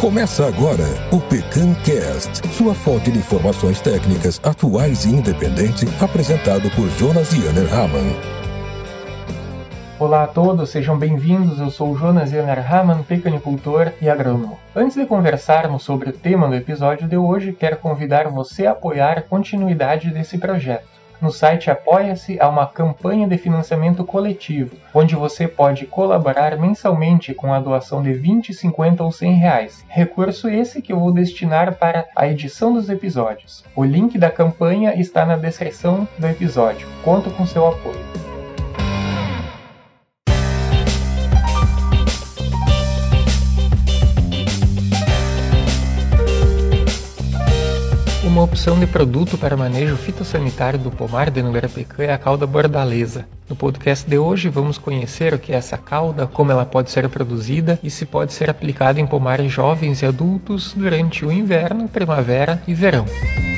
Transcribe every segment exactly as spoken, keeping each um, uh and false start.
Começa agora o PecanCast, sua fonte de informações técnicas atuais e independente, apresentado por Jonas Yanner Hamann. Olá a todos, sejam bem-vindos. Eu sou Jonas Yanner Hamann, pecanicultor e agrônomo. Antes de conversarmos sobre o tema do episódio de hoje, quero convidar você a apoiar a continuidade desse projeto. No site Apoia-se há uma campanha de financiamento coletivo, onde você pode colaborar mensalmente com a doação de vinte, cinquenta ou cem reais. Recurso esse que eu vou destinar para a edição dos episódios. O link da campanha está na descrição do episódio. Conto com seu apoio. Uma opção de produto para manejo fitossanitário do pomar de Nogueira Pecã é a cauda bordaleza. No podcast de hoje vamos conhecer o que é essa cauda, como ela pode ser produzida e se pode ser aplicada em pomares jovens e adultos durante o inverno, primavera e verão.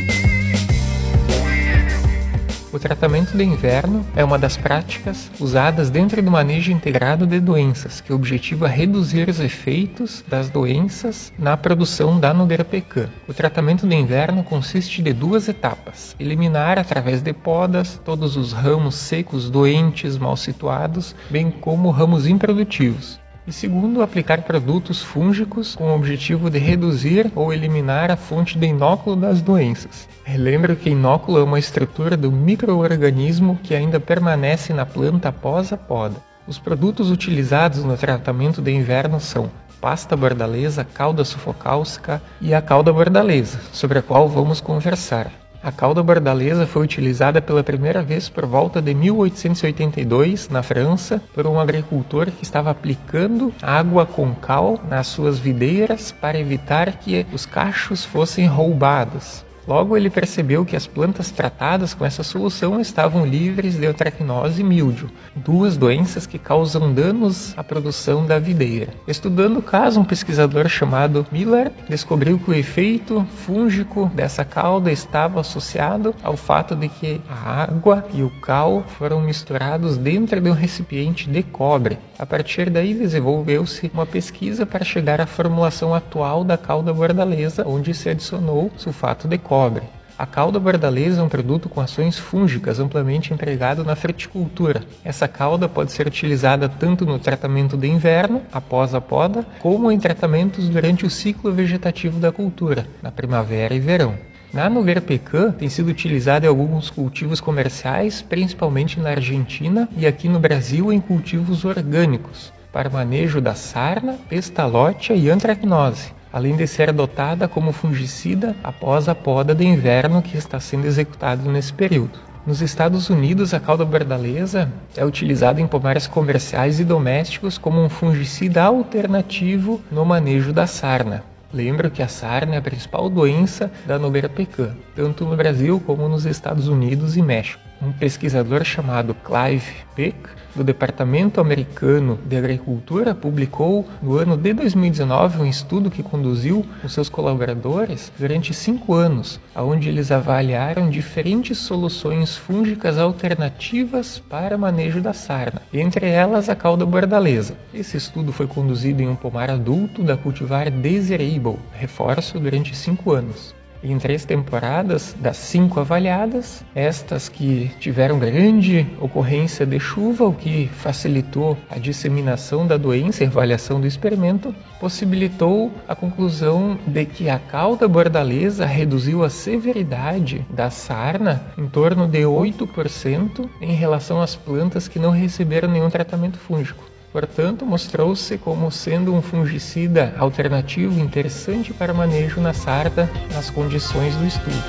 O tratamento de inverno é uma das práticas usadas dentro do manejo integrado de doenças, que objetiva reduzir os efeitos das doenças na produção da Nogueira Pecã. O tratamento de inverno consiste de duas etapas: eliminar através de podas todos os ramos secos, doentes, mal situados, bem como ramos improdutivos. E segundo, aplicar produtos fúngicos com o objetivo de reduzir ou eliminar a fonte de inóculo das doenças. Relembro que inóculo é uma estrutura do micro-organismo que ainda permanece na planta após a poda. Os produtos utilizados no tratamento de inverno são pasta bordaleza, cauda sufocáusica e a cauda bordaleza, sobre a qual vamos conversar. A cauda bordaleza foi utilizada pela primeira vez por volta de mil oitocentos e oitenta e dois, na França, por um agricultor que estava aplicando água com cal nas suas videiras para evitar que os cachos fossem roubados. Logo ele percebeu que as plantas tratadas com essa solução estavam livres de eutracnose e míldio, duas doenças que causam danos à produção da videira. Estudando o caso, um pesquisador chamado Miller descobriu que o efeito fúngico dessa cauda estava associado ao fato de que a água e o cal foram misturados dentro de um recipiente de cobre. A partir daí desenvolveu-se uma pesquisa para chegar à formulação atual da cauda bordaleza, onde se adicionou sulfato de cobre. A cauda bordaleza é um produto com ações fúngicas amplamente empregado na fruticultura. Essa cauda pode ser utilizada tanto no tratamento de inverno, após a poda, como em tratamentos durante o ciclo vegetativo da cultura, na primavera e verão. Na Nogueira Pecã tem sido utilizada em alguns cultivos comerciais, principalmente na Argentina e aqui no Brasil em cultivos orgânicos, para manejo da sarna, pestalótia e antracnose, além de ser adotada como fungicida após a poda de inverno que está sendo executado nesse período. Nos Estados Unidos, a cauda bordaleza é utilizada em pomares comerciais e domésticos como um fungicida alternativo no manejo da sarna. Lembro que a sarna é a principal doença da Nogueira Pecã, tanto no Brasil como nos Estados Unidos e México. Um pesquisador chamado Clive Peck, do Departamento Americano de Agricultura, publicou no ano de dois mil e dezenove um estudo que conduziu com seus colaboradores durante cinco anos, onde eles avaliaram diferentes soluções fúngicas alternativas para manejo da sarna, entre elas a cauda bordaleza. Esse estudo foi conduzido em um pomar adulto da cultivar Desirable, reforço, durante cinco anos. Em três temporadas, das cinco avaliadas, estas que tiveram grande ocorrência de chuva, o que facilitou a disseminação da doença e avaliação do experimento, possibilitou a conclusão de que a cauda bordaleza reduziu a severidade da sarna em torno de oito por cento em relação às plantas que não receberam nenhum tratamento fúngico. Portanto, mostrou-se como sendo um fungicida alternativo interessante para manejo na sarna nas condições do estudo.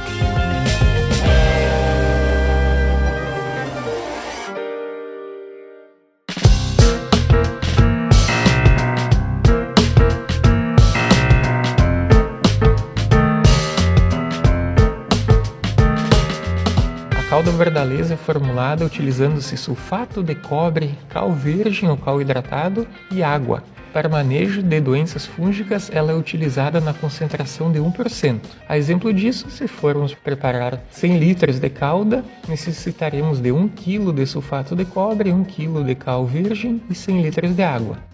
A cauda bordaleza é formulada utilizando-se sulfato de cobre, cal virgem ou cal hidratado e água. Para manejo de doenças fúngicas, ela é utilizada na concentração de um por cento. A exemplo disso, se formos preparar cem litros de calda, necessitaremos de um quilo de sulfato de cobre, um quilo de cal virgem e cem litros de água.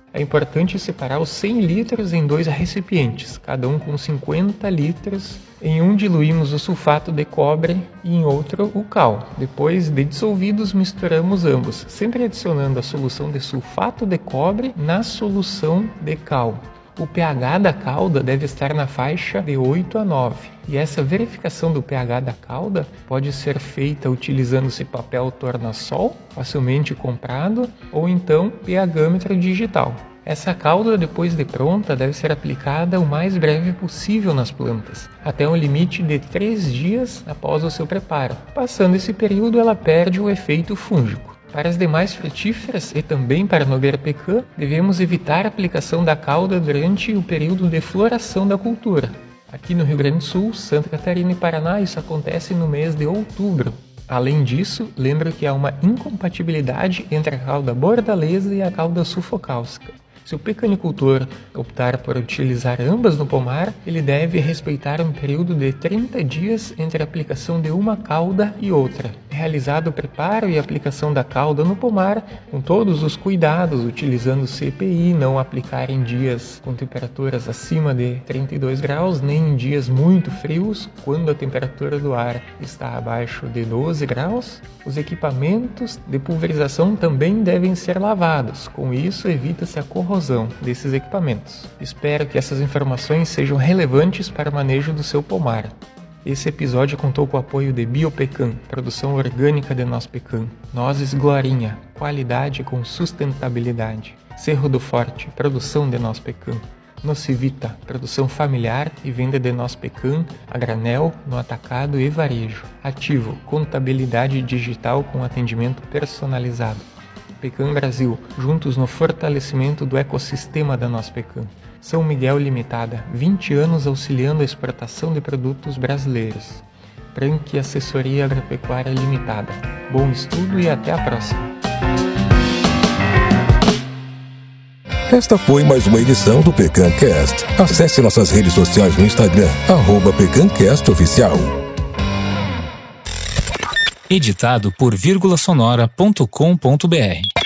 É importante separar os cem litros em dois recipientes, cada um com cinquenta litros. Em um diluímos o sulfato de cobre e em outro o cal. Depois de dissolvidos, misturamos ambos, sempre adicionando a solução de sulfato de cobre na solução de cal. O pH da calda deve estar na faixa de oito a nove, e essa verificação do pH da calda pode ser feita utilizando-se papel tornassol, facilmente comprado, ou então pHmetro digital. Essa calda, depois de pronta, deve ser aplicada o mais breve possível nas plantas, até um limite de três dias após o seu preparo. Passando esse período, ela perde o efeito fúngico. Para as demais frutíferas e também para a Nogueira Pecan, devemos evitar a aplicação da calda durante o período de floração da cultura. Aqui no Rio Grande do Sul, Santa Catarina e Paraná, isso acontece no mês de outubro. Além disso, lembro que há uma incompatibilidade entre a calda bordaleza e a calda sulfocáustica. Se o pecanicultor optar por utilizar ambas no pomar, ele deve respeitar um período de trinta dias entre a aplicação de uma calda e outra. Realizado o preparo e aplicação da calda no pomar, com todos os cuidados, utilizando C P I, não aplicar em dias com temperaturas acima de trinta e dois graus, nem em dias muito frios, quando a temperatura do ar está abaixo de doze graus. Os equipamentos de pulverização também devem ser lavados, com isso evita-se a corrosão desses equipamentos. Espero que essas informações sejam relevantes para o manejo do seu pomar. Esse episódio contou com o apoio de Biopecan, produção orgânica de noz pecan. Nozes Glorinha, qualidade com sustentabilidade. Cerro do Forte, produção de noz pecan. Nocivita, produção familiar e venda de noz pecan a granel, no atacado e varejo. Ativo, contabilidade digital com atendimento personalizado. Pecan Brasil, juntos no fortalecimento do ecossistema da noz pecan. São Miguel Limitada, vinte anos auxiliando a exportação de produtos brasileiros. Prank Assessoria Agropecuária Limitada. Bom estudo e até a próxima. Esta foi mais uma edição do PecanCast. Acesse nossas redes sociais no Instagram, arroba PecanCast Oficial. Editado por vírgula sonora ponto com ponto br.